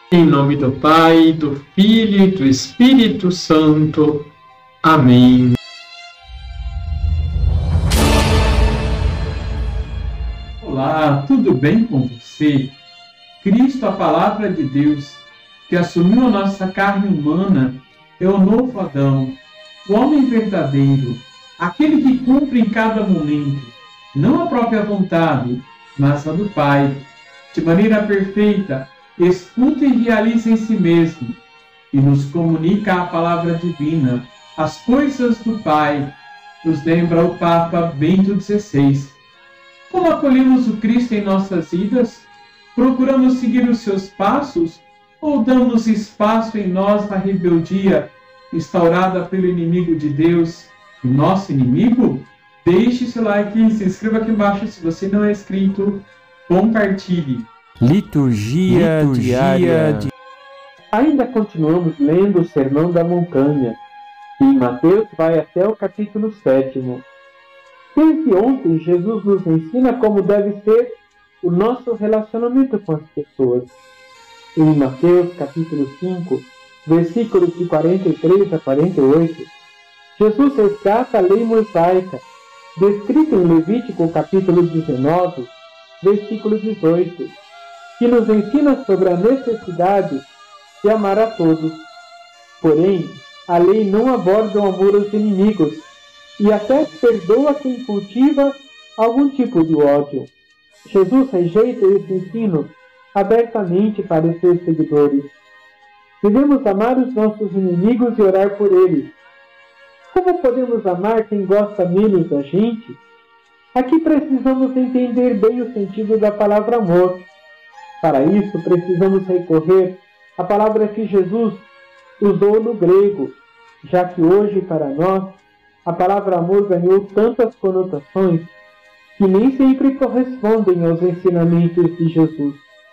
Em nome do Pai, do Filho e do Espírito Santo. Amém. Olá, tudo bem com você? Cristo, a Palavra de Deus, que assumiu a nossa carne humana, é o novo Adão, o homem verdadeiro, aquele que cumpre em cada momento, não a própria vontade, mas a do Pai, de maneira perfeita, escuta e realiza em si mesmo, e nos comunica a palavra divina, as coisas do Pai, nos lembra o Papa Bento XVI. Como acolhemos o Cristo em nossas vidas? Procuramos seguir os seus passos ou damos espaço em nós na rebeldia instaurada pelo inimigo de Deus, o nosso inimigo? Deixe seu like e se inscreva aqui embaixo se você não é inscrito. Compartilhe. Liturgia diária. Ainda continuamos lendo o Sermão da Montanha, que em Mateus vai até o capítulo 7. Desde ontem, Jesus nos ensina como deve ser o nosso relacionamento com as pessoas. Em Mateus capítulo 5, versículos de 43 a 48, Jesus resgata a lei mosaica, descrita em Levítico capítulo 19, versículo 18, que nos ensina sobre a necessidade de amar a todos. Porém, a lei não aborda o amor aos inimigos e até perdoa quem cultiva algum tipo de ódio. Jesus rejeita esse ensino abertamente para os seus seguidores. Devemos amar os nossos inimigos e orar por eles. Como podemos amar quem gosta menos da gente? Aqui precisamos entender bem o sentido da palavra amor. Para isso, precisamos recorrer à palavra que Jesus usou no grego, já que hoje, para nós, a palavra amor ganhou tantas conotações que nem sempre correspondem aos ensinamentos de Jesus.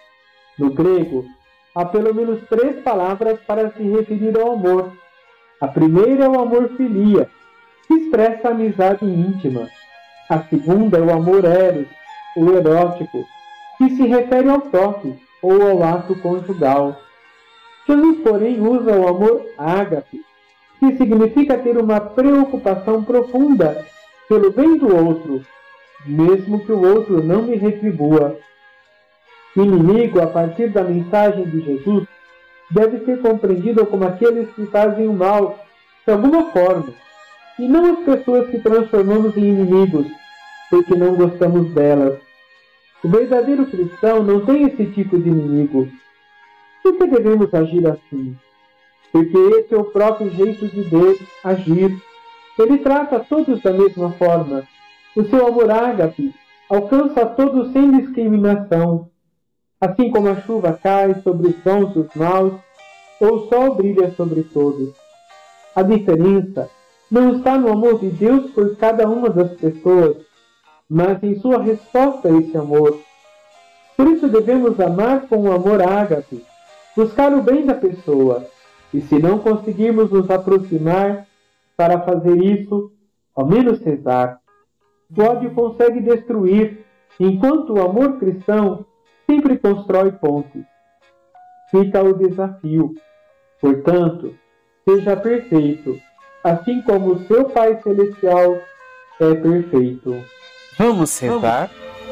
No grego, há pelo menos 3 palavras para se referir ao amor. A primeira é o amor filia, que expressa a amizade íntima. A segunda é o amor eros, ou erótico, que se refere ao toque ou ao ato conjugal. Jesus, porém, usa o amor ágape, que significa ter uma preocupação profunda pelo bem do outro, mesmo que o outro não me retribua. Inimigo, a partir da mensagem de Jesus, deve ser compreendido como aqueles que fazem o mal de alguma forma, e não as pessoas que transformamos em inimigos, porque não gostamos delas. O verdadeiro cristão não tem esse tipo de inimigo. Por que devemos agir assim? Porque esse é o próprio jeito de Deus agir. Ele trata todos da mesma forma. O seu amor ágape alcança a todos sem discriminação. Assim como a chuva cai sobre os bons e os maus, ou o sol brilha sobre todos. A diferença não está no amor de Deus por cada uma das pessoas, mas em sua resposta a esse amor. Por isso devemos amar com o amor ágape, buscar o bem da pessoa, e se não conseguirmos nos aproximar para fazer isso, ao menos rezar. O ódio consegue destruir, enquanto o amor cristão sempre constrói pontes. Fica o desafio. Portanto, seja perfeito, assim como o seu Pai Celestial é perfeito. Vamos rezar?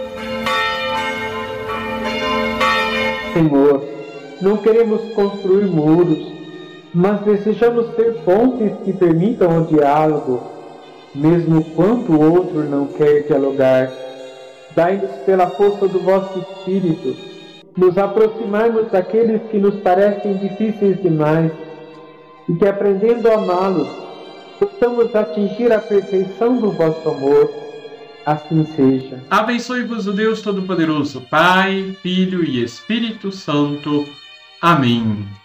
Senhor, não queremos construir muros, mas desejamos ter pontes que permitam o diálogo, mesmo quando o outro não quer dialogar. Dai-nos pela força do vosso Espírito, nos aproximarmos daqueles que nos parecem difíceis demais, e que aprendendo a amá-los, possamos atingir a perfeição do vosso amor. Assim seja. Abençoe-vos o Deus Todo-Poderoso, Pai, Filho e Espírito Santo. Amém.